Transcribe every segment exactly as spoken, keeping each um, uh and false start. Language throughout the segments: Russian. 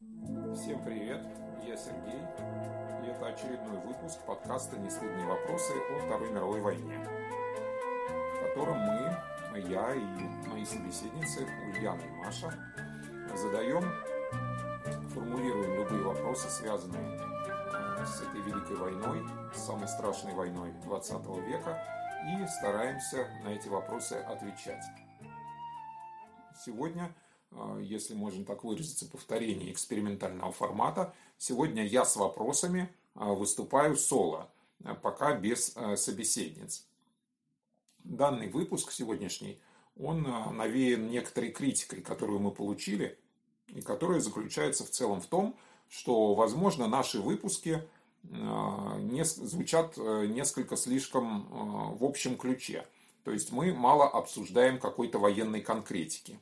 Всем привет, я Сергей, и это очередной выпуск подкаста «Нестыдные вопросы» о Второй мировой войне, в котором мы, я и мои собеседницы Ульяна и Маша, задаем, формулируем любые вопросы, связанные с этой великой войной, с самой страшной войной двадцатого века, и стараемся на эти вопросы отвечать. Сегодня, если можно так выразиться, повторение экспериментального формата. Сегодня я с вопросами выступаю соло, пока без собеседниц. Данный выпуск сегодняшний, он навеян некоторой критикой, которую мы получили, и которая заключается в целом в том, что, возможно, наши выпуски не, звучат несколько слишком в общем ключе. То есть мы мало обсуждаем какой-то военной конкретики.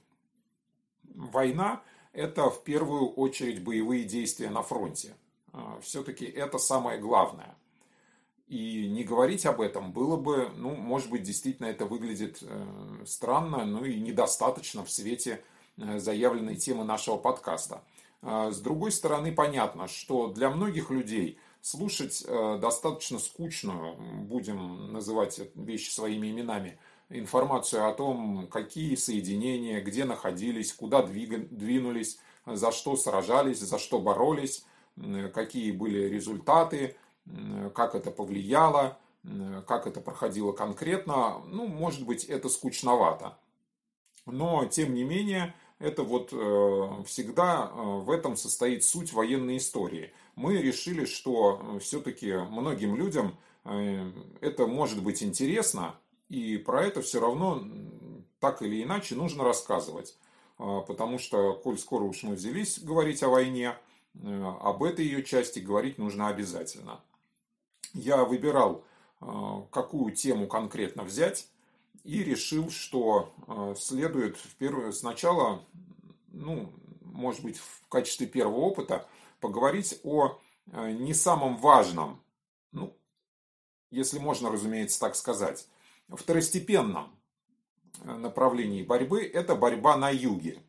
Война – это в первую очередь боевые действия на фронте. Все-таки это самое главное. И не говорить об этом было бы, ну, может быть, действительно это выглядит странно, ну и недостаточно в свете заявленной темы нашего подкаста. С другой стороны, понятно, что для многих людей слушать достаточно скучную, будем называть вещи своими именами, информацию о том, какие соединения, где находились, куда двинулись, за что сражались, за что боролись, какие были результаты, как это повлияло, как это проходило конкретно. Ну, может быть, это скучновато. Но, тем не менее, это вот всегда в этом состоит суть военной истории. Мы решили, что все-таки многим людям это может быть интересно, и про это все равно так или иначе нужно рассказывать. Потому что, коль скоро уж мы взялись говорить о войне, об этой ее части говорить нужно обязательно. Я выбирал, какую тему конкретно взять, и решил, что следует в первую, сначала, ну, может быть, в качестве первого опыта поговорить о не самом важном, ну, если можно, разумеется, так сказать, второстепенном направлении борьбы – это борьба на юге.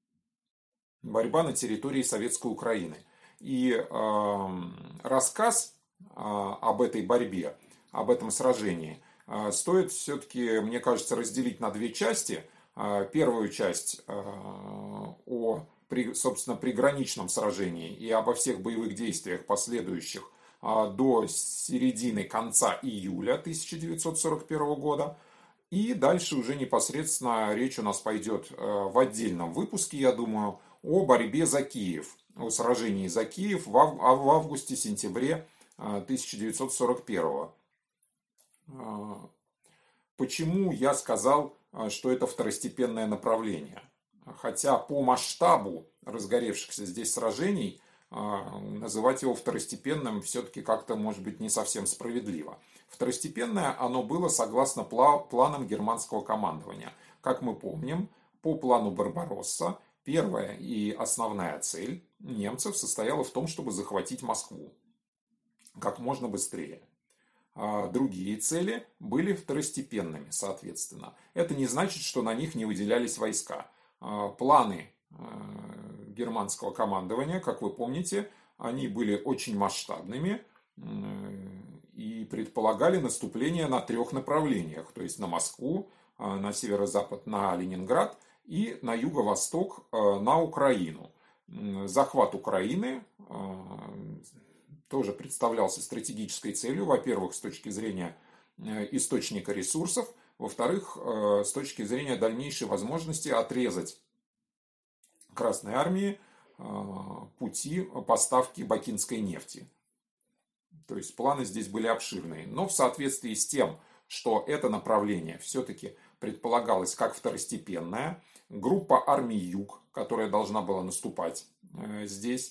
Борьба на территории Советской Украины. И э, рассказ э, об этой борьбе, об этом сражении э, стоит все-таки, мне кажется, разделить на две части. Э, первую часть э, о, при, собственно, приграничном сражении и обо всех боевых действиях, последующих до середины, конца июля тысяча девятьсот сорок первого года. И дальше уже непосредственно речь у нас пойдет в отдельном выпуске, я думаю, о борьбе за Киев, о сражении за Киев в августе-сентябре тысяча девятьсот сорок первого. Почему я сказал, что это второстепенное направление? Хотя по масштабу разгоревшихся здесь сражений называть его второстепенным все-таки как-то, может быть, не совсем справедливо. Второстепенное оно было согласно планам германского командования. Как мы помним, по плану Барбаросса первая и основная цель немцев состояла в том, чтобы захватить Москву как можно быстрее. Другие цели были второстепенными, соответственно. Это не значит, что на них не выделялись войска. Планы германского командования, как вы помните, они были очень масштабными и предполагали наступление на трех направлениях, то есть на Москву, на северо-запад, на Ленинград и на юго-восток, на Украину. Захват Украины тоже представлялся стратегической целью, во-первых, с точки зрения источника ресурсов, во-вторых, с точки зрения дальнейшей возможности отрезать Красной армии пути поставки бакинской нефти. То есть планы здесь были обширные. Но в соответствии с тем, что это направление все-таки предполагалось как второстепенное, группа армий Юг, которая должна была наступать здесь,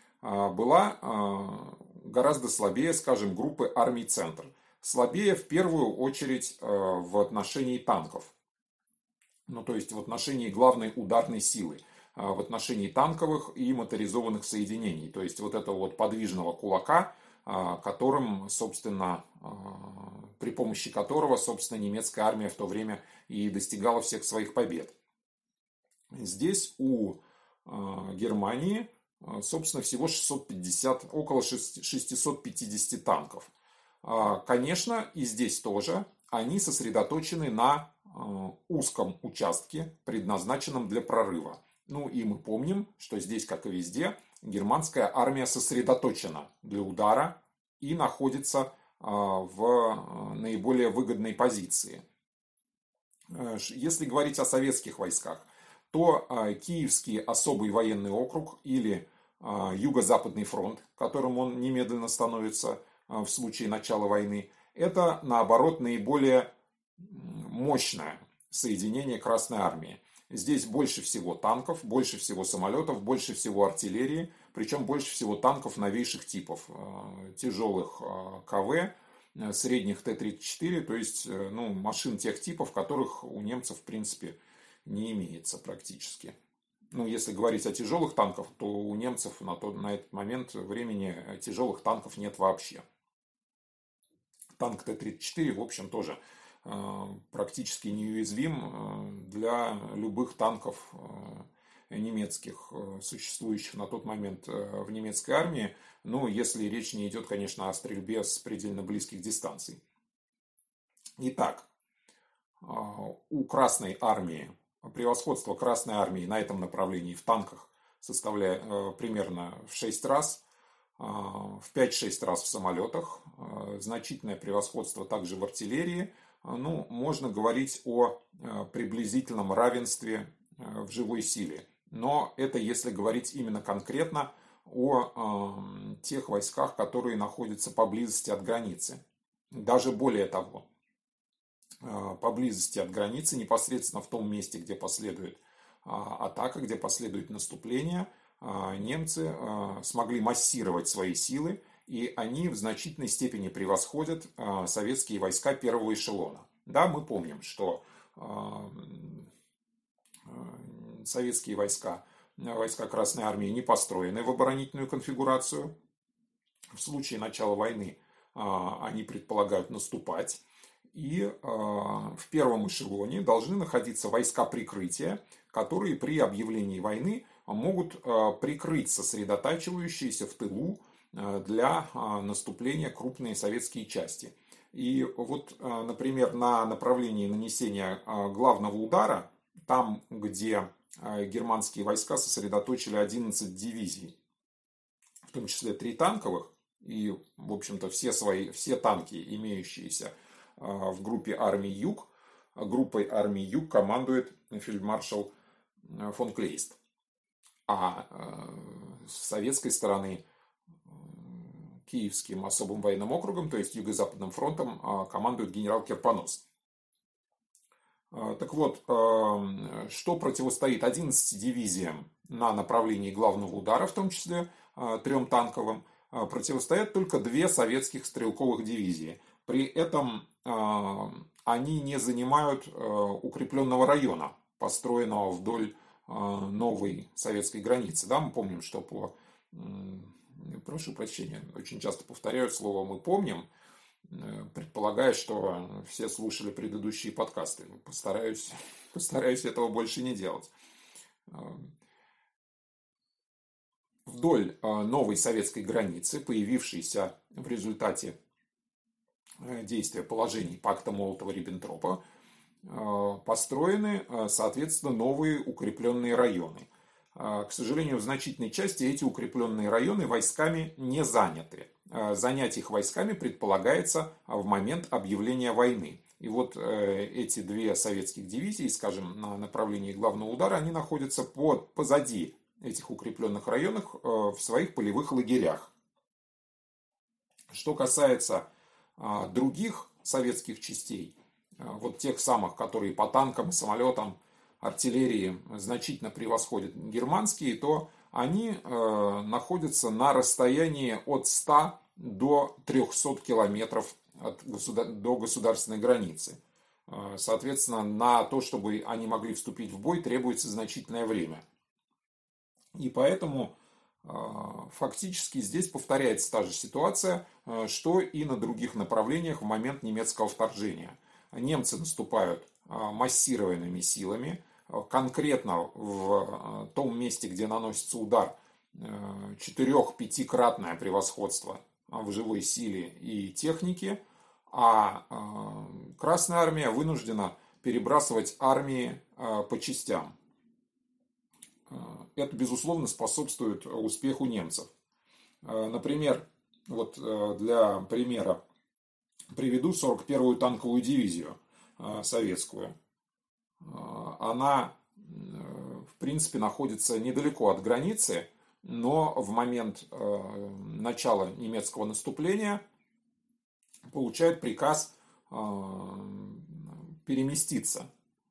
была гораздо слабее, скажем, группы армий Центр. Слабее в первую очередь в отношении танков. Ну, то есть в отношении главной ударной силы. В отношении танковых и моторизованных соединений. То есть вот этого вот подвижного кулака, которым, собственно, при помощи которого, собственно, немецкая армия в то время и достигала всех своих побед. Здесь у Германии собственно, всего шестьсот пятьдесят, около шестисот пятидесяти танков. Конечно, и здесь тоже они сосредоточены на узком участке, предназначенном для прорыва. Ну и мы помним, что здесь, как и везде, германская армия сосредоточена для удара и находится в наиболее выгодной позиции. Если говорить о советских войсках, то Киевский особый военный округ или Юго-Западный фронт, которым он немедленно становится в случае начала войны, это, наоборот, наиболее мощное соединение Красной Армии. Здесь больше всего танков, больше всего самолетов, больше всего артиллерии, причем больше всего танков новейших типов, тяжелых КВ, средних Т тридцать четыре, то есть ну, машин тех типов, которых у немцев в принципе не имеется практически. Ну, если говорить о тяжелых танках, то у немцев на, тот, на этот момент времени тяжелых танков нет вообще. Танк Т тридцать четыре, в общем, тоже практически неуязвим для любых танков немецких, существующих на тот момент в немецкой армии. Ну, если речь не идет, конечно, о стрельбе с предельно близких дистанций. Итак, у Красной армии, превосходство Красной армии на этом направлении в танках составляет примерно в шесть раз, в пять-шесть раз в самолетах, значительное превосходство также в артиллерии. Ну, можно говорить о приблизительном равенстве в живой силе. Но это если говорить именно конкретно о тех войсках, которые находятся поблизости от границы. Даже более того, поблизости от границы, непосредственно в том месте, где последует атака, где последует наступление, немцы смогли массировать свои силы, и они в значительной степени превосходят советские войска первого эшелона. Да, мы помним, что советские войска, войска Красной армии не построены в оборонительную конфигурацию. В случае начала войны они предполагают наступать. И в первом эшелоне должны находиться войска прикрытия, которые при объявлении войны могут прикрыть сосредотачивающиеся в тылу для наступления крупные советские части. И вот, например, на направлении нанесения главного удара, там, где германские войска сосредоточили одиннадцать дивизий, в том числе три танковых, и, в общем-то, все, свои, все танки, имеющиеся в группе армий Юг, группой армий Юг командует фельдмаршал фон Клейст. А с советской стороны Киевским особым военным округом, то есть Юго-Западным фронтом, командует генерал Керпонос. Так вот, что противостоит одиннадцати дивизиям на направлении главного удара, в том числе трем танковым, противостоят только две советских стрелковых дивизии. При этом они не занимают укрепленного района, построенного вдоль новой советской границы. Да, мы помним, что по... Прошу прощения, очень часто повторяю слово «мы помним», предполагая, что все слушали предыдущие подкасты. Постараюсь, постараюсь этого больше не делать. Вдоль новой советской границы, появившейся в результате действия положений пакта Молотова-Риббентропа, построены, соответственно, новые укрепленные районы. К сожалению, в значительной части эти укрепленные районы войсками не заняты. Занять их войсками предполагается в момент объявления войны. И вот эти две советских дивизии, скажем, на направлении главного удара, они находятся под, позади этих укрепленных районов в своих полевых лагерях. Что касается других советских частей, вот тех самых, которые по танкам, самолетам, артиллерии значительно превосходят германские, то они э, находятся на расстоянии от ста до трехсот километров от государ... до государственной границы. Э, соответственно, на то, чтобы они могли вступить в бой, требуется значительное время. И поэтому э, фактически здесь повторяется та же ситуация, э, что и на других направлениях в момент немецкого вторжения. Немцы наступают массированными силами. Конкретно в том месте, где наносится удар, четырех-пятикратное превосходство в живой силе и технике, а Красная Армия вынуждена перебрасывать армии по частям. Это, безусловно, способствует успеху немцев. Например, вот для примера приведу сорок первую танковую дивизию советскую. Она, в принципе, находится недалеко от границы, но в момент начала немецкого наступления получает приказ переместиться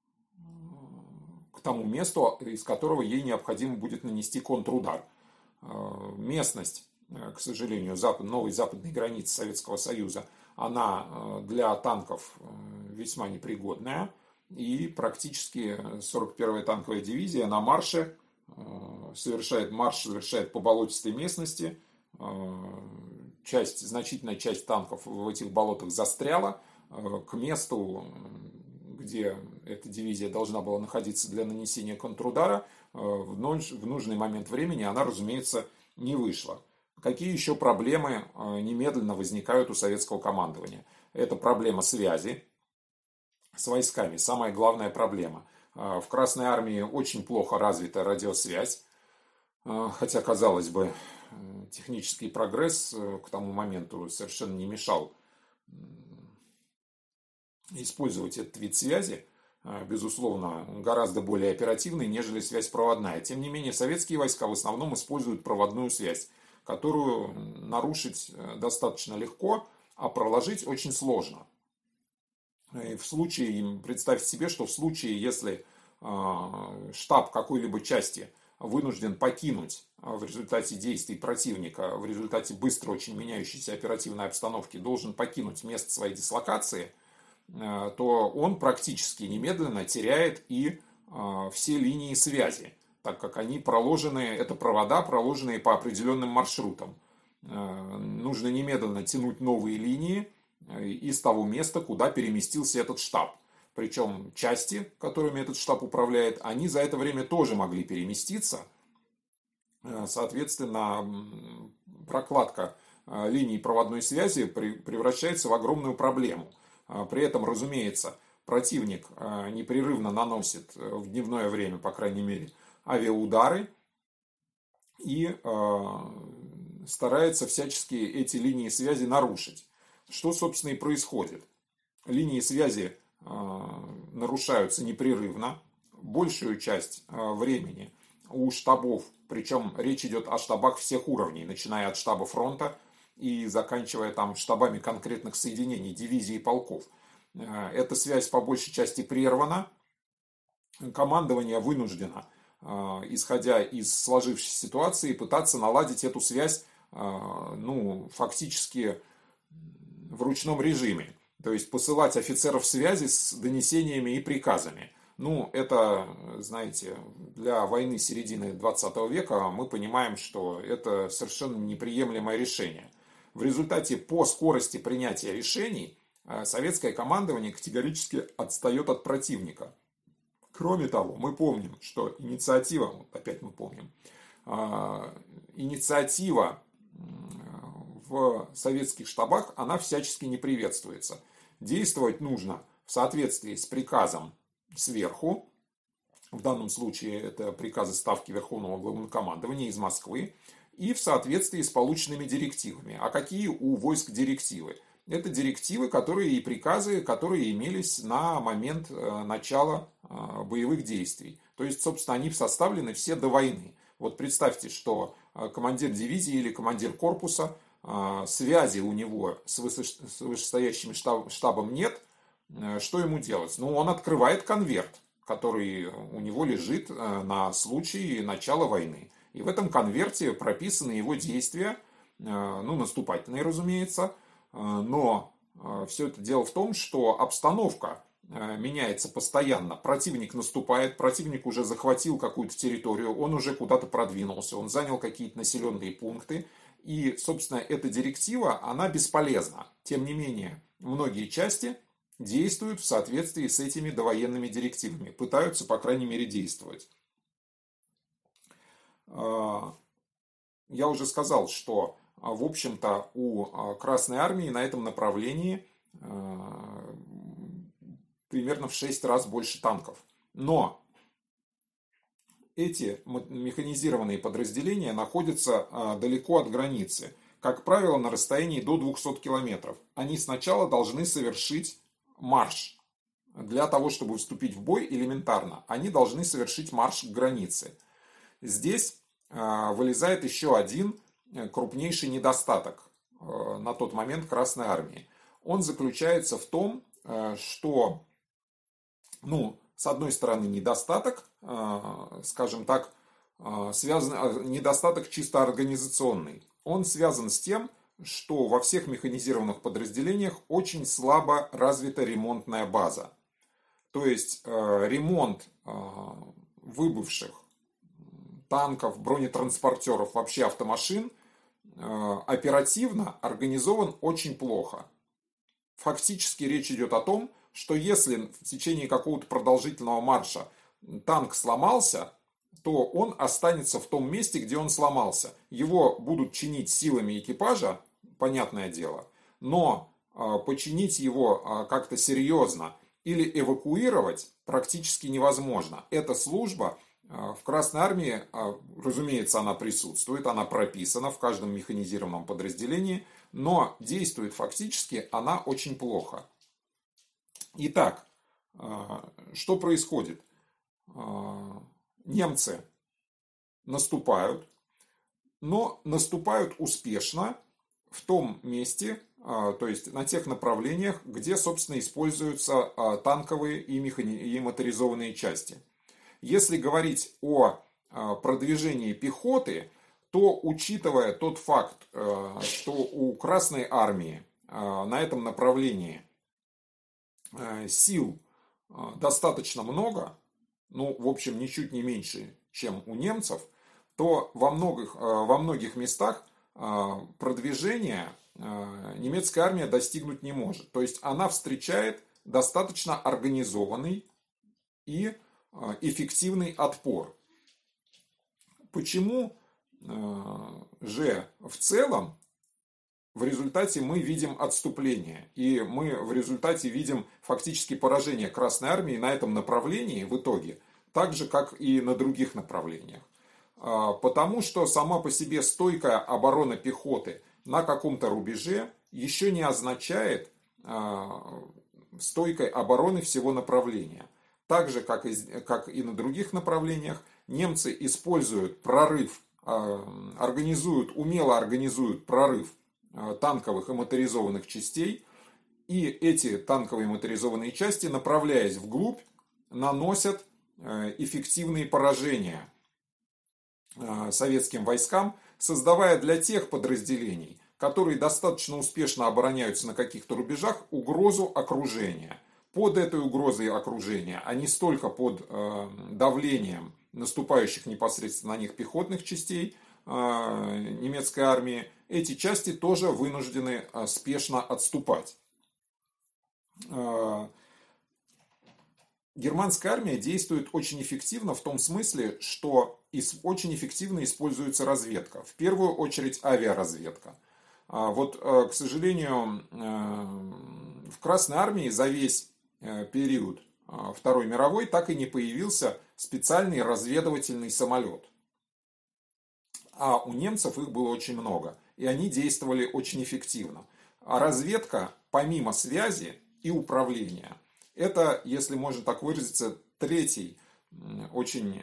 к тому месту, из которого ей необходимо будет нанести контрудар. Местность, к сожалению, запад, новой западной границы Советского Союза, она для танков весьма непригодная. И практически сорок первая танковая дивизия на марше совершает марш, совершает по болотистой местности. Часть, значительная часть танков в этих болотах застряла. К месту, где эта дивизия должна была находиться для нанесения контрудара, в нужный момент времени она, разумеется, не вышла. Какие еще проблемы немедленно возникают у советского командования? Это проблема связи с войсками. Самая главная проблема. В Красной Армии очень плохо развита радиосвязь. Хотя, казалось бы, технический прогресс к тому моменту совершенно не мешал использовать этот вид связи. Безусловно, гораздо более оперативный, нежели связь проводная. Тем не менее, советские войска в основном используют проводную связь, которую нарушить достаточно легко, а проложить очень сложно. И в случае, представьте себе, что в случае, если штаб какой-либо части вынужден покинуть в результате действий противника, в результате быстро очень меняющейся оперативной обстановки, должен покинуть место своей дислокации, то он практически немедленно теряет и все линии связи, так как они проложены, это провода, проложенные по определенным маршрутам. Нужно немедленно тянуть новые линии из того места, куда переместился этот штаб. Причем части, которыми этот штаб управляет, они за это время тоже могли переместиться. Соответственно, прокладка линий проводной связи превращается в огромную проблему. При этом, разумеется, противник непрерывно наносит в дневное время, по крайней мере, авиаудары и старается всячески эти линии связи нарушить. Что, собственно, и происходит. Линии связи нарушаются непрерывно. Большую часть времени у штабов, причем речь идет о штабах всех уровней, начиная от штаба фронта и заканчивая там штабами конкретных соединений, дивизий и полков. Эта связь по большей части прервана. Командование вынуждено, исходя из сложившейся ситуации, пытаться наладить эту связь, ну, фактически в ручном режиме. То есть посылать офицеров связи с донесениями и приказами. Ну, это, знаете, для войны середины двадцатого века мы понимаем, что это совершенно неприемлемое решение. В результате по скорости принятия решений советское командование категорически отстает от противника. Кроме того, мы помним, что инициатива, вот опять мы помним, инициатива в советских штабах, она всячески не приветствуется. Действовать нужно в соответствии с приказом сверху, в данном случае это приказы Ставки Верховного Главнокомандования из Москвы, и в соответствии с полученными директивами. А какие у войск директивы? Это директивы, которые и приказы, которые имелись на момент начала боевых действий. То есть, собственно, они составлены все до войны. Вот представьте, что командир дивизии или командир корпуса, связи у него с вышестоящим штабом нет, что ему делать? Ну, он открывает конверт, который у него лежит на случай начала войны. И в этом конверте прописаны его действия, ну, наступательные, разумеется, но все это дело в том, что обстановка меняется постоянно. Противник наступает, противник уже захватил какую-то территорию, он уже куда-то продвинулся, он занял какие-то населенные пункты. И, собственно, эта директива, она бесполезна. Тем не менее, многие части действуют в соответствии с этими довоенными директивами, пытаются, по крайней мере, действовать. я уже сказал, что, в общем-то, у Красной Армии на этом направлении примерно в шесть раз больше танков. Но эти механизированные подразделения находятся далеко от границы, как правило, на расстоянии до двухсот километров. Они сначала должны совершить марш. Для того, чтобы вступить в бой, элементарно, они должны совершить марш к границе. Здесь вылезает еще один крупнейший недостаток на тот момент Красной Армии. Он заключается в том, что, ну, с одной стороны, недостаток, скажем так, связан, недостаток чисто организационный. Он связан с тем, что во всех механизированных подразделениях очень слабо развита ремонтная база. То есть ремонт выбывших танков, бронетранспортеров, вообще автомашин оперативно организован очень плохо. Фактически речь идет о том, что если в течение какого-то продолжительного марша танк сломался, то он останется в том месте, где он сломался. Его будут чинить силами экипажа, понятное дело, но починить его как-то серьезно или эвакуировать практически невозможно. Эта служба в Красной Армии, разумеется, она присутствует, она прописана в каждом механизированном подразделении, но действует фактически она очень плохо. Итак, что происходит? Немцы наступают, но наступают успешно в том месте, то есть на тех направлениях, где, собственно, используются танковые и, механи... и моторизованные части. Если говорить о продвижении пехоты, то, учитывая тот факт, что у Красной Армии на этом направлении сил достаточно много, ну, в общем, ничуть не меньше, чем у немцев, то во многих, во многих местах продвижения немецкая армия достигнуть не может. То есть она встречает достаточно организованный и эффективный отпор. Почему же в целом в результате мы видим отступление, и мы в результате видим фактически поражение Красной Армии на этом направлении в итоге, так же, как и на других направлениях? Потому что сама по себе стойкая оборона пехоты на каком-то рубеже еще не означает стойкой обороны всего направления. Так же, как и, как и на других направлениях, немцы используют прорыв, организуют, умело организуют прорыв танковых и моторизованных частей, и эти танковые и моторизованные части, направляясь вглубь, наносят эффективные поражения советским войскам, создавая для тех подразделений, которые достаточно успешно обороняются на каких-то рубежах, угрозу окружения. Под этой угрозой окружения, а не столько под давлением наступающих непосредственно на них пехотных частей немецкой армии, эти части тоже вынуждены спешно отступать. Германская армия действует очень эффективно в том смысле, что очень эффективно используется разведка. В первую очередь авиаразведка. Вот, к сожалению, в Красной армии за весь период Второй мировой так и не появился специальный разведывательный самолет. А у немцев их было очень много, и они действовали очень эффективно. А разведка, помимо связи и управления, это, если можно так выразиться, третий очень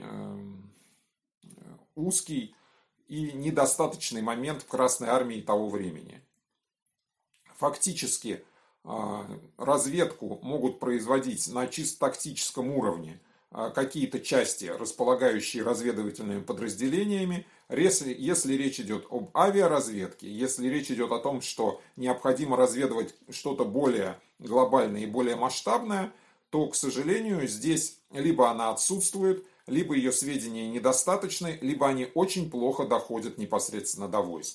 узкий и недостаточный момент в Красной армии того времени. Фактически разведку могут производить на чисто тактическом уровне какие-то части, располагающие разведывательными подразделениями. Если, если речь идет об авиаразведке, если речь идет о том, что необходимо разведывать что-то более глобальное и более масштабное, то, к сожалению, здесь либо она отсутствует, либо ее сведения недостаточны, либо они очень плохо доходят непосредственно до войск.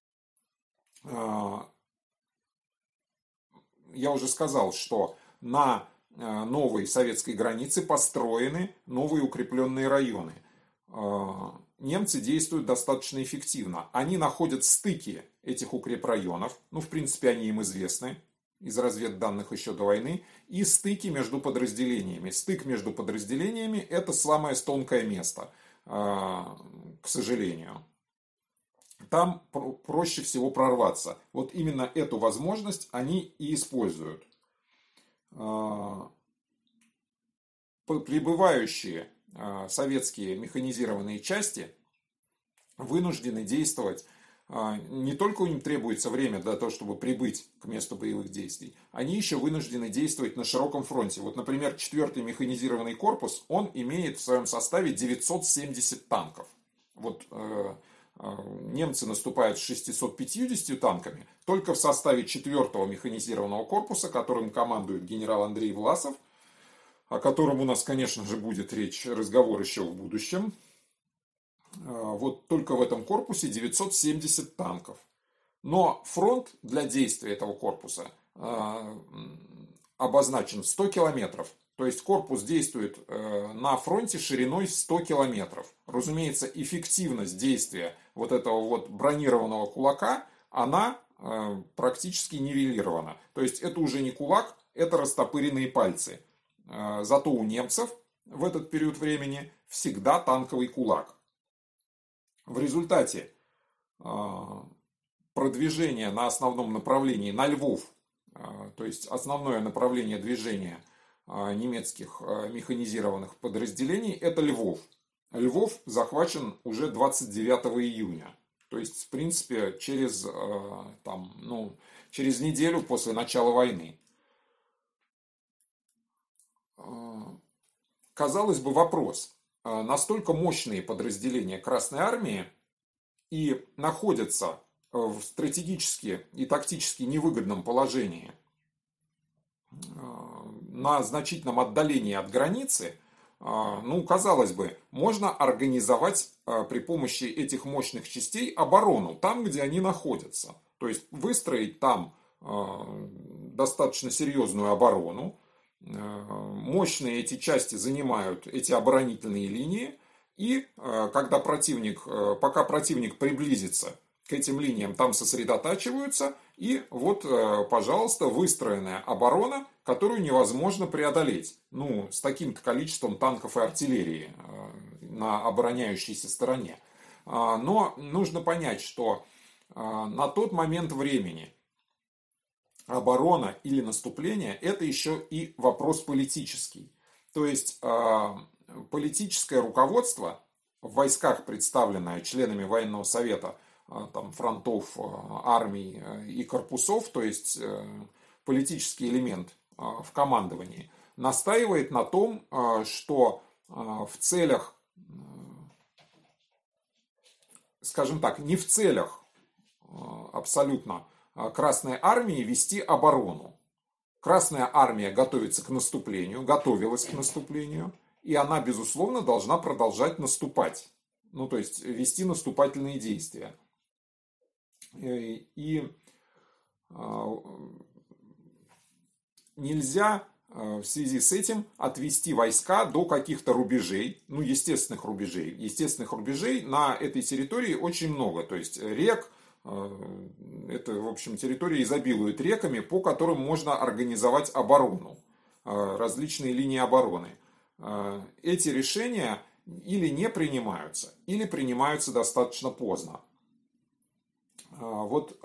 Я уже сказал, что на новой советской границе построены новые укрепленные районы. немцы действуют достаточно эффективно. Они находят стыки этих укрепрайонов, ну, в принципе, они им известны из разведданных еще до войны, и стыки между подразделениями. Стык между подразделениями – это самое тонкое место, к сожалению. Там проще всего прорваться. Вот именно эту возможность они и используют. Прибывающие советские механизированные части вынуждены действовать. Не только им требуется время для того, чтобы прибыть к месту боевых действий, они еще вынуждены действовать на широком фронте. Вот, например, четвёртый механизированный корпус, он имеет в своем составе девятьсот семьдесят танков. Вот э, э, немцы наступают с шестьюстами пятьюдесятью танками, только в составе четвёртого механизированного корпуса, которым командует генерал Андрей Власов, о котором у нас, конечно же, будет речь, разговор еще в будущем. Вот только в этом корпусе девятьсот семьдесят танков. Но фронт для действия этого корпуса обозначен сто километров. То есть корпус действует на фронте шириной сто километров. Разумеется, эффективность действия вот этого вот бронированного кулака, она практически нивелирована. То есть это уже не кулак, это растопыренные пальцы. Зато у немцев в этот период времени всегда танковый кулак. В результате продвижения на основном направлении на Львов, то есть основное направление движения немецких механизированных подразделений, это Львов. Львов захвачен уже двадцать девятого июня. То есть, в принципе, через, там, ну, через неделю после начала войны. Казалось бы, вопрос. Настолько мощные подразделения Красной Армии и находятся в стратегически и тактически невыгодном положении на значительном отдалении от границы, ну, казалось бы, можно организовать при помощи этих мощных частей оборону там, где они находятся. То есть выстроить там достаточно серьезную оборону. Мощные эти части занимают эти оборонительные линии, и когда противник, пока противник приблизится к этим линиям, там сосредотачиваются, и вот, пожалуйста, выстроенная оборона, которую невозможно преодолеть, ну, с таким-то количеством танков и артиллерии на обороняющейся стороне. Но нужно понять, что на тот момент времени оборона или наступление – это еще и вопрос политический. То есть политическое руководство в войсках, представленное членами военного совета, там, фронтов, армий и корпусов, то есть политический элемент в командовании, настаивает на том, что в целях, скажем так, не в целях абсолютно Красной Армии вести оборону. Красная Армия готовится к наступлению, готовилась к наступлению, и она, безусловно, должна продолжать наступать. Ну, то есть, вести наступательные действия. И нельзя в связи с этим отвести войска до каких-то рубежей, ну, естественных рубежей. Естественных рубежей на этой территории очень много, то есть рек. Это, в общем, территория изобилует реками, по которым можно организовать оборону, различные линии обороны. Эти решения или не принимаются, или принимаются достаточно поздно. Вот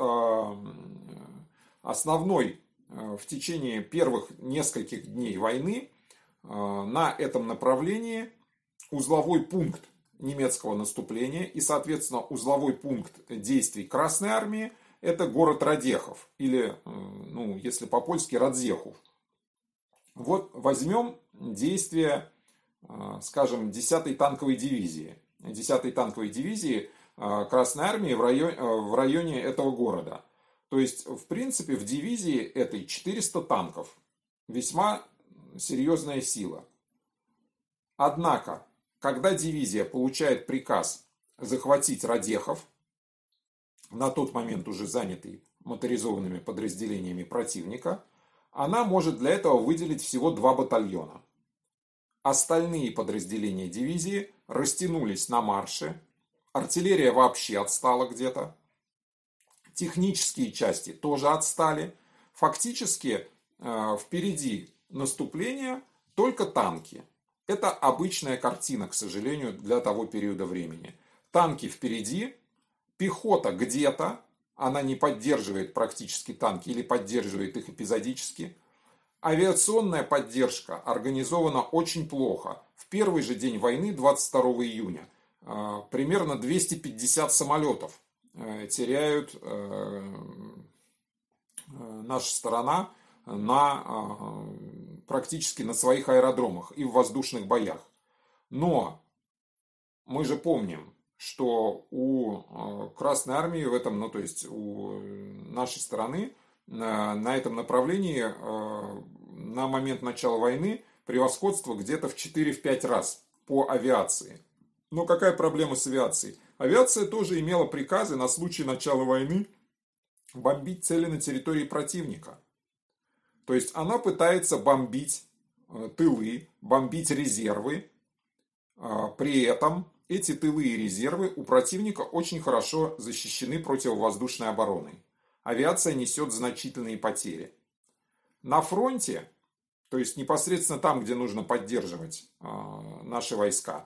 основной в течение первых нескольких дней войны на этом направлении узловой пункт немецкого наступления и, соответственно, узловой пункт действий Красной Армии – это город Радехов, или, ну, если по-польски, Радзехов. Вот возьмем действия, скажем, десятой танковой дивизии. десятой танковой дивизии Красной Армии в районе, в районе этого города. То есть, в принципе, в дивизии этой четыреста танков. Весьма серьезная сила. Однако, когда дивизия получает приказ захватить Радехов, на тот момент уже занятый моторизованными подразделениями противника, она может для этого выделить всего два батальона. Остальные подразделения дивизии растянулись на марше Артиллерия вообще отстала где-то. Технические части тоже отстали. Фактически э, впереди наступления только танки. Это обычная картина, к сожалению, для того периода времени. Танки впереди, пехота где-то, она не поддерживает практически танки или поддерживает их эпизодически. Авиационная поддержка организована очень плохо. В первый же день войны, двадцать второго июня, э, примерно двести пятьдесят самолетов теряют э, наша сторона на, э, практически на своих аэродромах и в воздушных боях. Но мы же помним, что у э, Красной Армии в этом, ну то есть у нашей стороны э, на этом направлении э, на момент начала войны превосходство где-то в четыре-пять раз по авиации. Но какая проблема с авиацией? Авиация тоже имела приказы на случай начала войны бомбить цели на территории противника. То есть она пытается бомбить тылы, бомбить резервы. При этом эти тылы и резервы у противника очень хорошо защищены противовоздушной обороной. Авиация несет значительные потери. На фронте, то есть непосредственно там, где нужно поддерживать наши войска,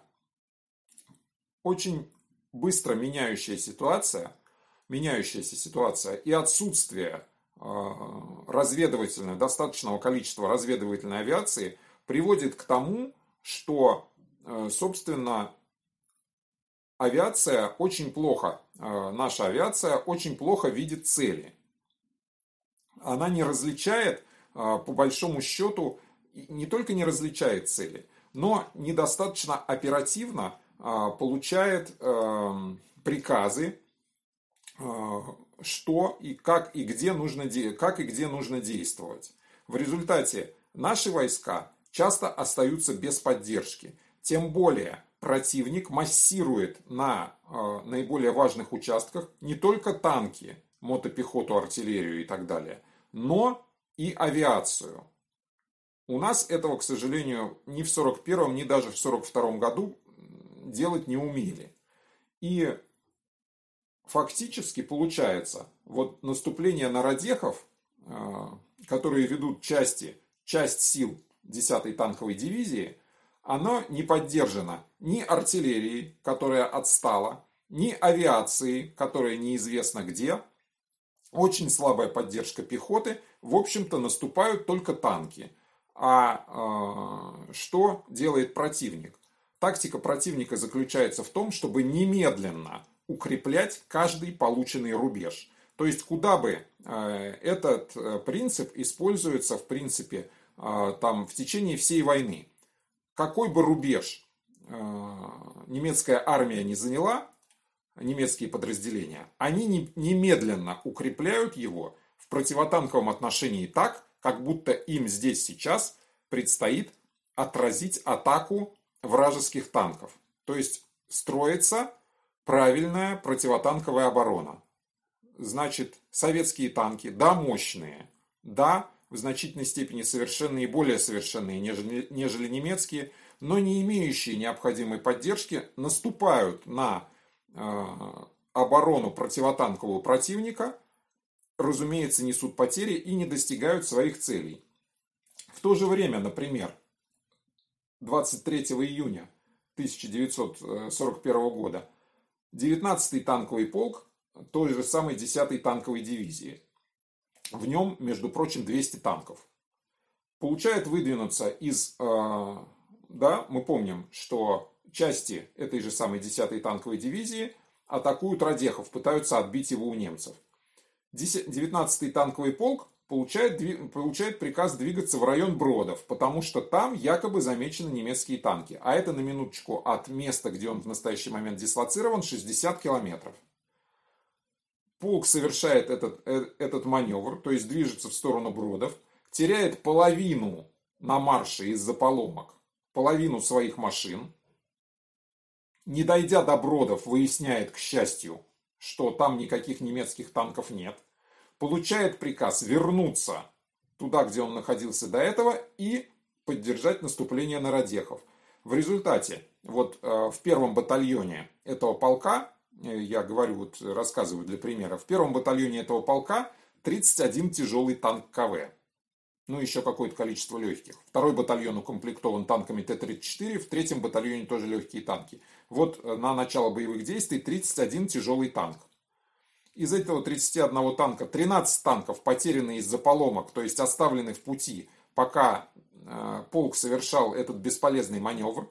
очень быстро меняющая ситуация, меняющаяся ситуация и отсутствие разведывательного, достаточного количества разведывательной авиации приводит к тому, что, собственно, авиация очень плохо, наша авиация очень плохо видит цели. Она не различает, по большому счету, не только не различает цели, но недостаточно оперативно получает э, приказы, э, что и как и где нужно де- как и где нужно действовать. В результате наши войска часто остаются без поддержки. Тем более противник массирует на э, наиболее важных участках не только танки, мотопехоту, артиллерию и так далее, но и авиацию. У нас этого, к сожалению, ни в сорок первом, ни даже в сорок втором году делать не умели. И фактически получается, вот наступление на Радехов, которые ведут части, часть сил десятой танковой дивизии, оно не поддержано ни артиллерией, которая отстала, ни авиацией, которая неизвестно где. Очень слабая поддержка пехоты. В общем-то, наступают только танки. А э, что делает противник? Тактика противника заключается в том, чтобы немедленно укреплять каждый полученный рубеж. То есть, куда бы э, этот э, принцип используется, в принципе, э, там, в течение всей войны. Какой бы рубеж э, немецкая армия не заняла, немецкие подразделения, они не, немедленно укрепляют его в противотанковом отношении так, как будто им здесь сейчас предстоит отразить атаку вражеских танков. То есть строится правильная противотанковая оборона. Значит, советские танки, да, мощные, да, в значительной степени совершенные и более совершенные, нежели, нежели немецкие, но не имеющие необходимой поддержки, наступают на э, оборону противотанкового противника, разумеется, несут потери и не достигают своих целей. В то же время, например, двадцать третьего июня тысяча девятьсот сорок первого года девятнадцатый танковый полк той же самой десятой танковой дивизии, в нем, между прочим, двести танков, получает выдвинуться из, э, да, мы помним, что части этой же самой десятой танковой дивизии атакуют Радехов, пытаются отбить его у немцев. девятнадцатый танковый полк получает, получает приказ двигаться в район Бродов, потому что там якобы замечены немецкие танки. А это, на минуточку, от места, где он в настоящий момент дислоцирован, шестьдесят километров. Полк совершает этот, этот маневр, то есть движется в сторону Бродов, теряет половину на марше из-за поломок, половину своих машин. Не дойдя до Бродов, выясняет, к счастью, что там никаких немецких танков нет. Получает приказ вернуться туда, где он находился до этого, и поддержать наступление на Радехов. В результате, вот э, в первом батальоне этого полка я говорю, вот рассказываю для примера, в первом батальоне этого полка тридцать один тяжелый танк КВ. Ну, еще какое-то количество легких. Второй батальон укомплектован танками Т тридцать четыре, в третьем батальоне тоже легкие танки. Вот на начало боевых действий тридцать один тяжелый танк. Из этого тридцати одного танка тринадцать танков потеряны из-за поломок, то есть оставлены в пути, пока э, полк совершал этот бесполезный маневр.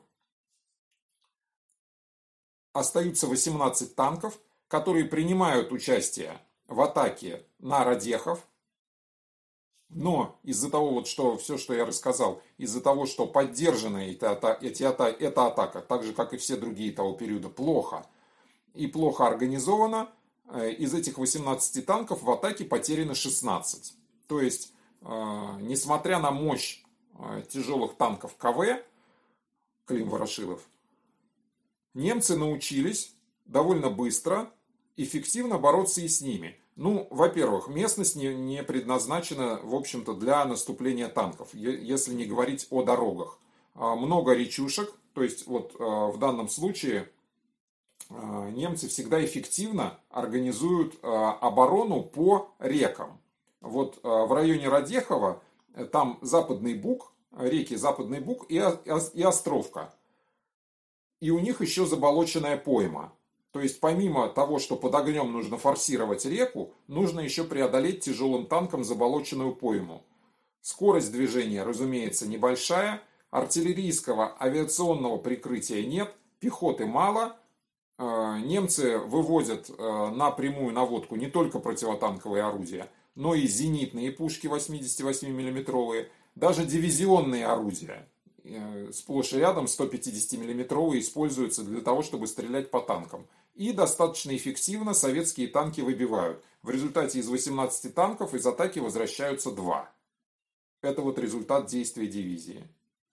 Остаются восемнадцать танков, которые принимают участие в атаке на Радехов. Но из-за того, вот, что все, что я рассказал, из-за того, что поддержана эта, эти, эта атака, так же, как и все другие того периода, плохо и плохо организована, из этих восемнадцати танков в атаке потеряно шестнадцать. То есть, несмотря на мощь тяжелых танков КВ, Клим-Ворошилов, немцы научились довольно быстро, эффективно бороться и с ними. Ну, во-первых, местность не, не предназначена, в общем-то, для наступления танков, если не говорить о дорогах. Много речушек, то есть вот в данном случае немцы всегда эффективно организуют оборону по рекам. Вот в районе Радехова там Западный Буг, реки Западный Буг и Островка. И у них еще заболоченная пойма. То есть помимо того, что под огнем нужно форсировать реку, нужно еще преодолеть тяжелым танком заболоченную пойму. Скорость движения, разумеется, небольшая, артиллерийского авиационного прикрытия нет, пехоты мало. Немцы вывозят на прямую наводку не только противотанковые орудия, но и зенитные пушки восьмидесятивосьмимиллиметровые, даже дивизионные орудия. Сплошь и рядом сто пятидесятимиллиметровые используются для того, чтобы стрелять по танкам. И достаточно эффективно советские танки выбивают. В результате из восемнадцати танков из атаки возвращаются два. Это вот результат действия дивизии.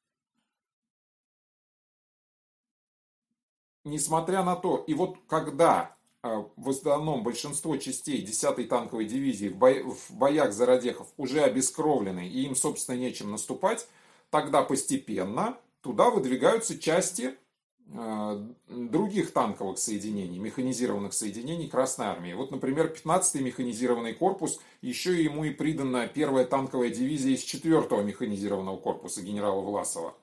Несмотря на то, и вот когда в основном большинство частей десятой танковой дивизии в, бо... в боях за Радехов уже обескровлены и им, собственно, нечем наступать, тогда постепенно туда выдвигаются части э, других танковых соединений, механизированных соединений Красной Армии. Вот, например, пятнадцатый механизированный корпус, еще ему и придана первая танковая дивизия из четвёртого механизированного корпуса генерала Власова.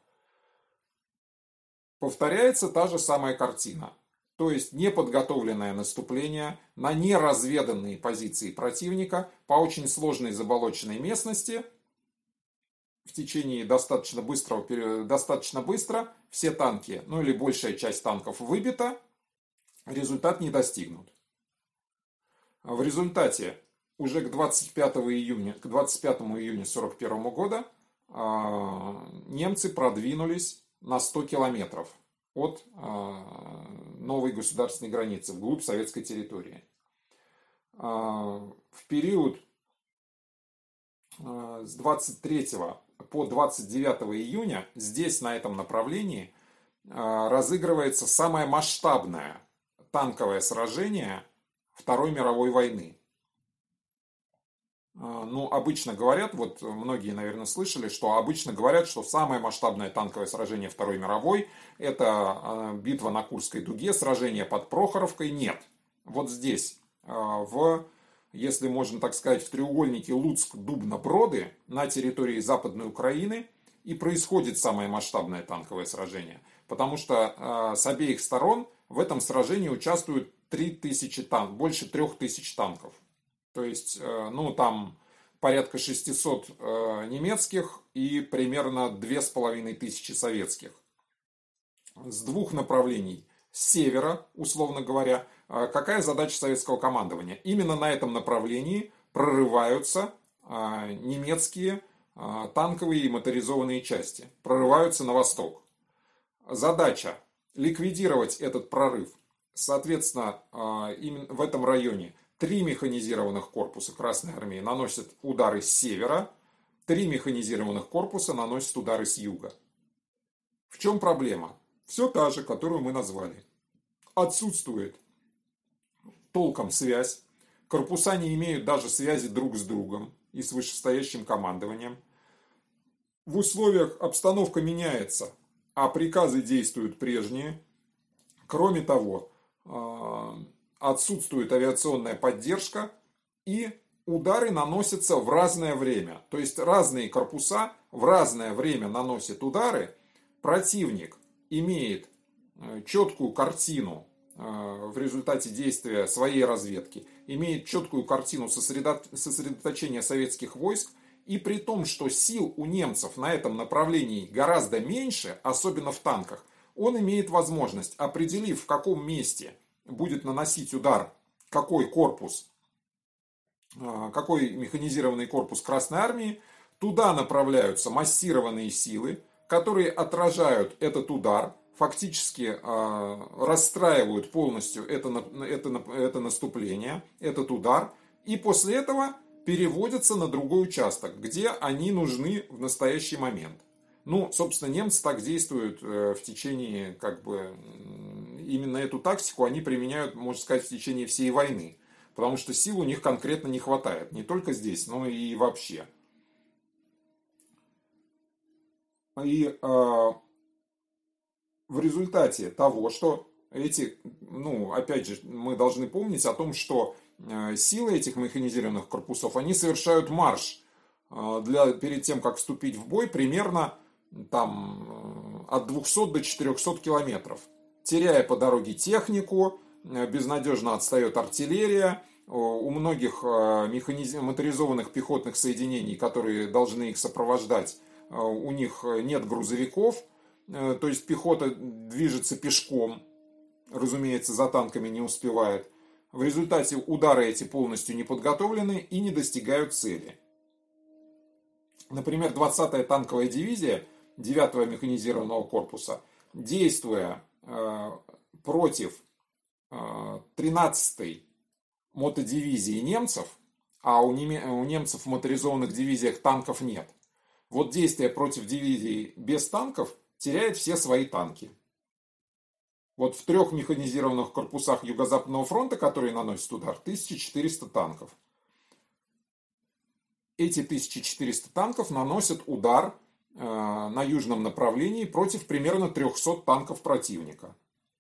Повторяется та же самая картина. То есть неподготовленное наступление на неразведанные позиции противника по очень сложной заболоченной местности. В течение достаточно быстрого, достаточно быстро все танки, ну или большая часть танков выбита, результат не достигнут. В результате уже к двадцать пятому июня, к двадцать пятому июня сорок первого года немцы продвинулись на сто километров от новой государственной границы, вглубь советской территории. В период с двадцать третьего по двадцать девятого июня здесь, на этом направлении, разыгрывается самое масштабное танковое сражение Второй мировой войны. Ну, обычно говорят, вот многие, наверное, слышали, что обычно говорят, что самое масштабное танковое сражение Второй мировой – это битва на Курской дуге, сражение под Прохоровкой. Нет. Вот здесь, в, если можно так сказать, в треугольнике Луцк-Дубна-Броды на территории Западной Украины и происходит самое масштабное танковое сражение. Потому что с обеих сторон в этом сражении участвуют три тысячи танков, больше трех тысяч танков. То есть, ну, там порядка шестисот немецких и примерно две с половиной тысячи советских. С двух направлений, с севера, условно говоря, какая задача советского командования? Именно на этом направлении прорываются немецкие танковые и моторизованные части, прорываются на восток. Задача ликвидировать этот прорыв. Соответственно, именно в этом районе три механизированных корпуса Красной Армии наносят удары с севера, три механизированных корпуса наносят удары с юга. В чем проблема? Все та же, которую мы назвали. Отсутствует толком связь, корпуса не имеют даже связи друг с другом и с вышестоящим командованием. В условиях обстановка меняется, а приказы действуют прежние. Кроме того, отсутствует авиационная поддержка, и удары наносятся в разное время. То есть разные корпуса в разное время наносят удары. Противник имеет четкую картину в результате действия своей разведки, имеет четкую картину сосредоточения советских войск, и при том, что сил у немцев на этом направлении гораздо меньше, особенно в танках, он имеет возможность, определив, в каком месте будет наносить удар какой корпус, какой механизированный корпус Красной Армии, туда направляются массированные силы, которые отражают этот удар, фактически э, расстраивают полностью это, это, это наступление, этот удар, и после этого переводятся на другой участок, где они нужны в настоящий момент. Ну, собственно, немцы так действуют э, в течение, как бы, именно эту тактику они применяют, можно сказать, в течение всей войны, потому что сил у них конкретно не хватает, не только здесь, но и вообще. И э, в результате того, что эти, ну, опять же, мы должны помнить о том, что силы этих механизированных корпусов, они совершают марш для, перед тем, как вступить в бой, примерно там, от двухсот до четырехсот километров, теряя по дороге технику, безнадежно отстает артиллерия, у многих механиз... моторизованных пехотных соединений, которые должны их сопровождать, у них нет грузовиков, то есть пехота движется пешком, разумеется, за танками не успевает. В результате удары эти полностью не подготовлены и не достигают цели. Например, двадцатая танковая дивизия девятого механизированного корпуса, действуя э, против э, тринадцатой мотодивизии немцев, а у, неме... у немцев в моторизованных дивизиях танков нет, вот действие против дивизии без танков теряет все свои танки. Вот в трех механизированных корпусах Юго-Западного фронта, которые наносят удар, тысяча четыреста танков. Эти тысяча четыреста танков наносят удар э, на южном направлении против примерно трехсот танков противника.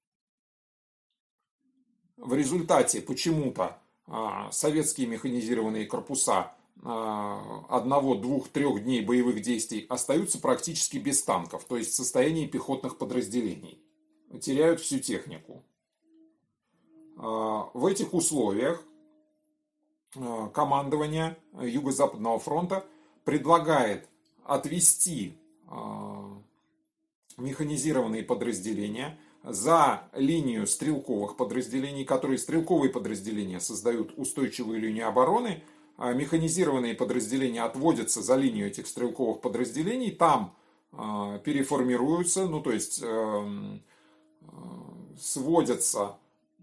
В результате почему-то э, советские механизированные корпуса одного, двух, трех дней боевых действий остаются практически без танков, то есть в состоянии пехотных подразделений. Теряют всю технику. В этих условиях командование Юго-Западного фронта предлагает отвести механизированные подразделения за линию стрелковых подразделений, которые стрелковые подразделения создают устойчивую линию обороны. Механизированные подразделения отводятся за линию этих стрелковых подразделений, там э, переформируются, ну то есть э, э, сводятся,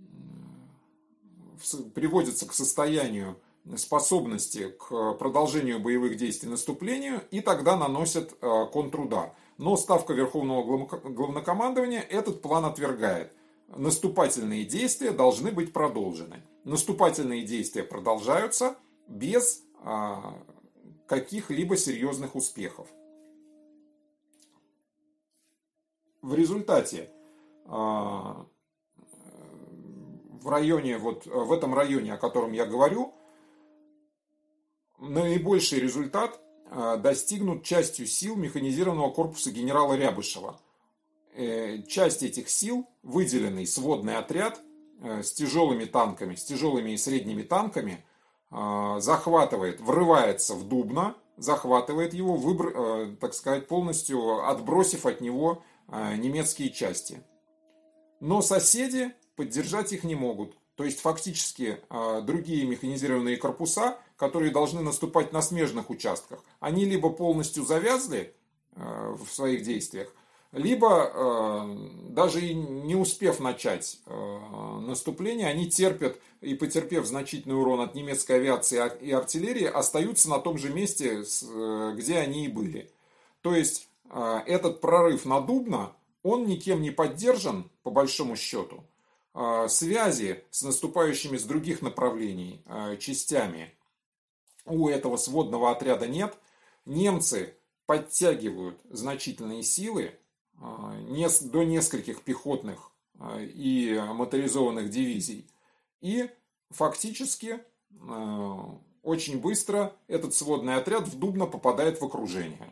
э, приводятся к состоянию способности к продолжению боевых действий, наступлению, и тогда наносят э, контрудар. Но Ставка Верховного Главнокомандования этот план отвергает. Наступательные действия должны быть продолжены. Наступательные действия продолжаются без а, каких-либо серьезных успехов. В результате а, в районе, вот в этом районе, о котором я говорю, наибольший результат а, достигнут частью сил механизированного корпуса генерала Рябышева. Э, часть этих сил, выделенный сводный отряд э, с тяжелыми танками, с тяжелыми и средними танками, захватывает, врывается в Дубно, захватывает его, выбр, так сказать, полностью отбросив от него немецкие части. Но соседи поддержать их не могут. То есть фактически другие механизированные корпуса, которые должны наступать на смежных участках, они либо полностью завязли в своих действиях, либо даже и не успев начать наступление, они терпят и, потерпев значительный урон от немецкой авиации и артиллерии, остаются на том же месте, где они и были. То есть этот прорыв на Дубно, он никем не поддержан, по большому счету. Связи с наступающими с других направлений частями у этого сводного отряда нет. Немцы подтягивают значительные силы до нескольких пехотных и моторизованных дивизий. И фактически очень быстро этот сводный отряд в Дубно попадает в окружение.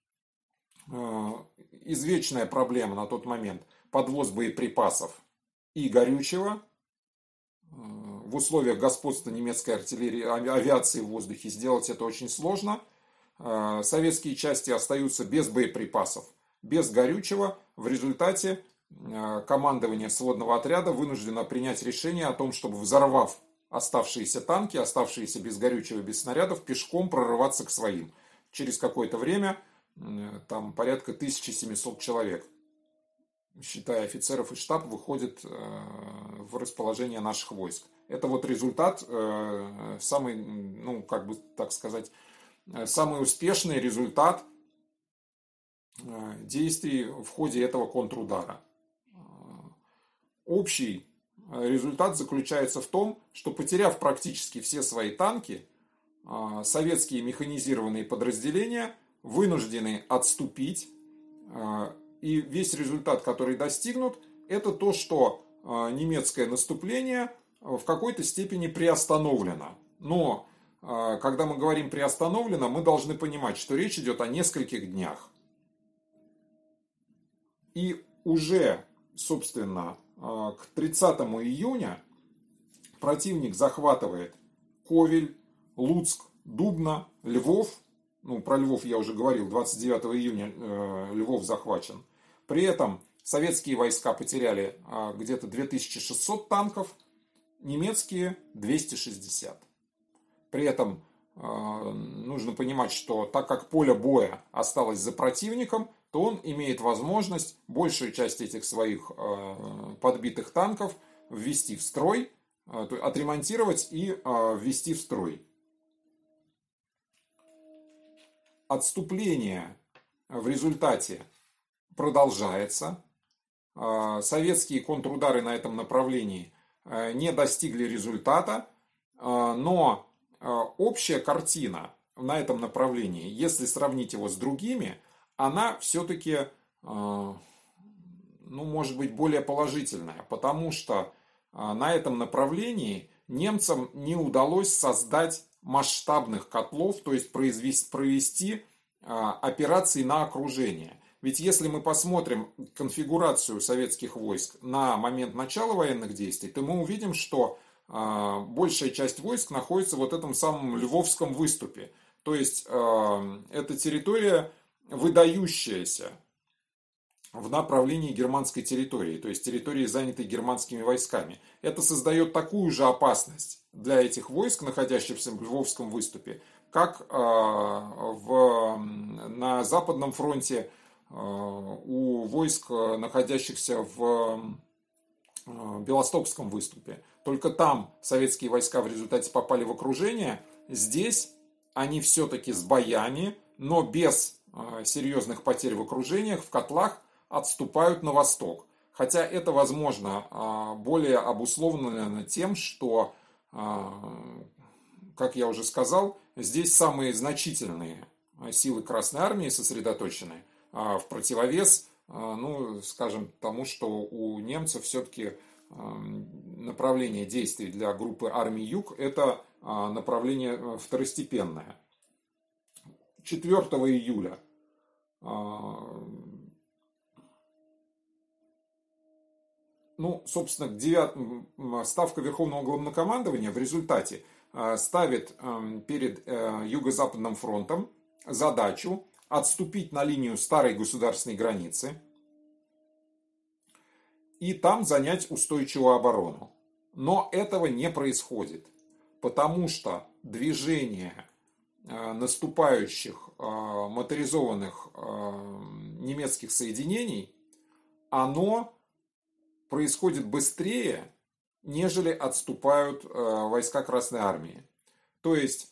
Извечная проблема на тот момент – подвоз боеприпасов и горючего. В условиях господства немецкой артиллерии, авиации в воздухе сделать это очень сложно. Советские части остаются без боеприпасов, без горючего. В результате командование сводного отряда вынуждено принять решение о том, чтобы, взорвав оставшиеся танки, оставшиеся без горючего, без снарядов, пешком прорываться к своим. Через какое-то время там порядка тысяча семьсот человек, считая офицеров и штаб, выходит в расположение наших войск. Это вот результат, самый, ну, как бы так сказать, самый успешный результат действий в ходе этого контрудара. Общий результат заключается в том, что, потеряв практически все свои танки, советские механизированные подразделения вынуждены отступить. И весь результат, который достигнут, это то, что немецкое наступление в какой-то степени приостановлено. Но когда мы говорим приостановлено, мы должны понимать, что речь идет о нескольких днях. И уже, собственно, к тридцатому июня противник захватывает Ковель, Луцк, Дубно, Львов. Ну, про Львов я уже говорил, двадцать девятого июня э, Львов захвачен. При этом советские войска потеряли э, где-то две тысячи шестьсот танков, немецкие двести шестьдесят. При этом э, нужно понимать, что так как поле боя осталось за противником, то он имеет возможность большую часть этих своих э, подбитых танков ввести в строй, э, отремонтировать и э, ввести в строй. Отступление в результате продолжается. Э, советские контрудары на этом направлении э, не достигли результата, э, но э, общая картина на этом направлении, если сравнить его с другими, она все-таки, ну, может быть, более положительная, потому что на этом направлении немцам не удалось создать масштабных котлов, то есть произвести, провести операции на окружение. Ведь если мы посмотрим конфигурацию советских войск на момент начала военных действий, то мы увидим, что большая часть войск находится в вот этом самом Львовском выступе. То есть это территория, выдающаяся в направлении германской территории, то есть территории, занятой германскими войсками. Это создает такую же опасность для этих войск, находящихся в Львовском выступе, как в, на Западном фронте у войск, находящихся в Белостокском выступе. Только там советские войска в результате попали в окружение. Здесь они все-таки с боями, но без серьезных потерь в окружениях, в котлах отступают на восток. Хотя это, возможно, более обусловлено тем, что, как я уже сказал, здесь самые значительные силы Красной Армии сосредоточены в противовес, ну, скажем, тому, что у немцев все-таки направление действий для группы армий Юг – это направление второстепенное. четвёртого июля ну, собственно, девятого, Ставка Верховного Главнокомандования в результате ставит перед Юго-Западным фронтом задачу отступить на линию старой государственной границы и там занять устойчивую оборону. Но этого не происходит, потому что движение наступающих моторизованных немецких соединений, оно происходит быстрее, нежели отступают войска Красной Армии. То есть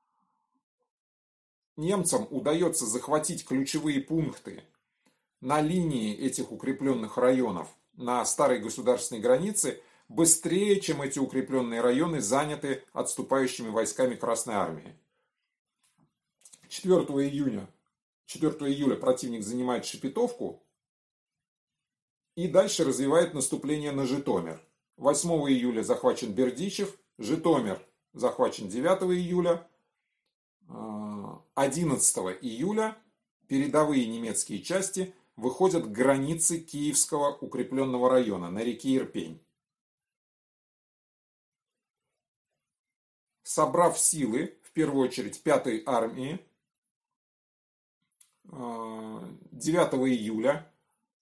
немцам удается захватить ключевые пункты на линии этих укрепленных районов на старой государственной границе быстрее, чем эти укрепленные районы заняты отступающими войсками Красной Армии. четвёртого июня, четвёртого июля противник занимает Шепетовку и дальше развивает наступление на Житомир. восьмого июля захвачен Бердичев, Житомир захвачен девятого июля, одиннадцатого июля передовые немецкие части выходят к границе Киевского укрепленного района на реке Ирпень. Собрав силы, в первую очередь пятой армии, девятого июля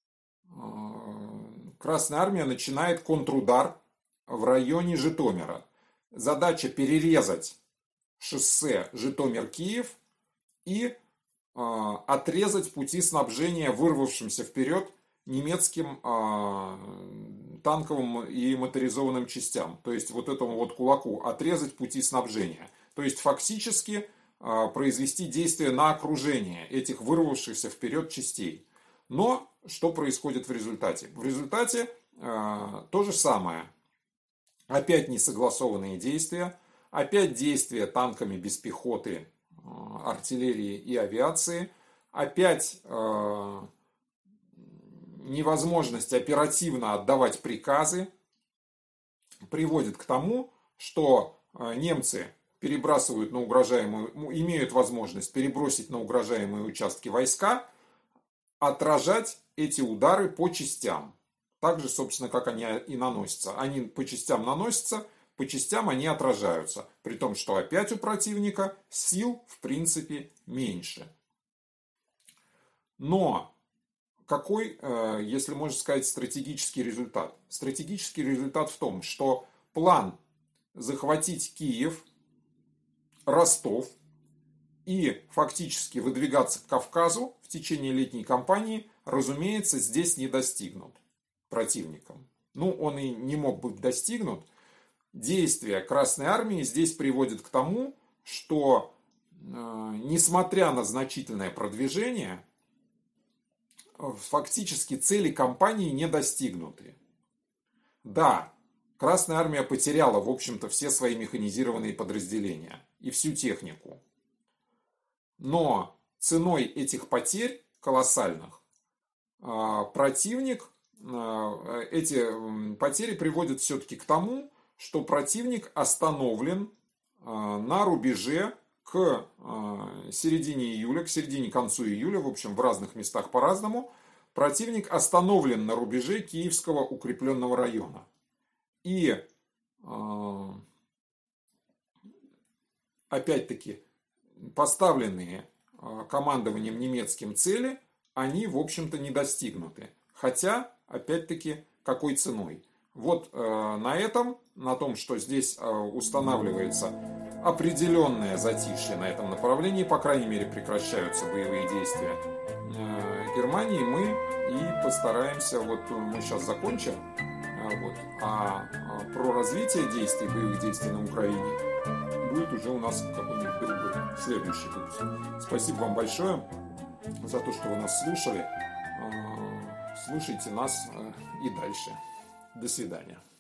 Красная армия начинает контрудар в районе Житомира. Задача перерезать шоссе Житомир-Киев и отрезать пути снабжения вырвавшимся вперед немецким танковым и моторизованным частям. То есть вот этому вот кулаку отрезать пути снабжения. То есть фактически произвести действие на окружение этих вырвавшихся вперед частей. Но что происходит в результате? В результате то же самое. Опять несогласованные действия. Опять действия танками без пехоты, артиллерии и авиации. Опять невозможность оперативно отдавать приказы приводит к тому, что немцы перебрасывают на угрожаемую, имеют возможность перебросить на угрожаемые участки войска, отражать эти удары по частям. Так же, собственно, как они и наносятся. Они по частям наносятся, по частям они отражаются. При том, что опять у противника сил, в принципе, меньше. Но какой, если можно сказать, стратегический результат? Стратегический результат в том, что план захватить Киев, Ростов и фактически выдвигаться к Кавказу в течение летней кампании, разумеется, здесь не достигнут противником. Ну, он и не мог быть достигнут. Действия Красной армии здесь приводят к тому, что, несмотря на значительное продвижение, фактически цели кампании не достигнуты. Да, Красная армия потеряла, в общем-то, все свои механизированные подразделения и всю технику. Но ценой этих потерь колоссальных противник, эти потери приводят все-таки к тому, что противник остановлен на рубеже к середине июля, к середине концу июля, в общем, в разных местах по-разному, противник остановлен на рубеже Киевского укрепленного района. И опять-таки поставленные командованием немецким цели, они, в общем-то, не достигнуты. Хотя, опять-таки, какой ценой? Вот на этом, на том, что здесь устанавливается определенное затишье на этом направлении, по крайней мере, прекращаются боевые действия Германии, мы и постараемся, вот мы сейчас закончим, вот, а про развитие действий, боевых действий на Украине будет уже у нас какой-нибудь другой, следующий выпуск. Спасибо вам большое за то, что вы нас слушали. Слушайте нас и дальше. До свидания.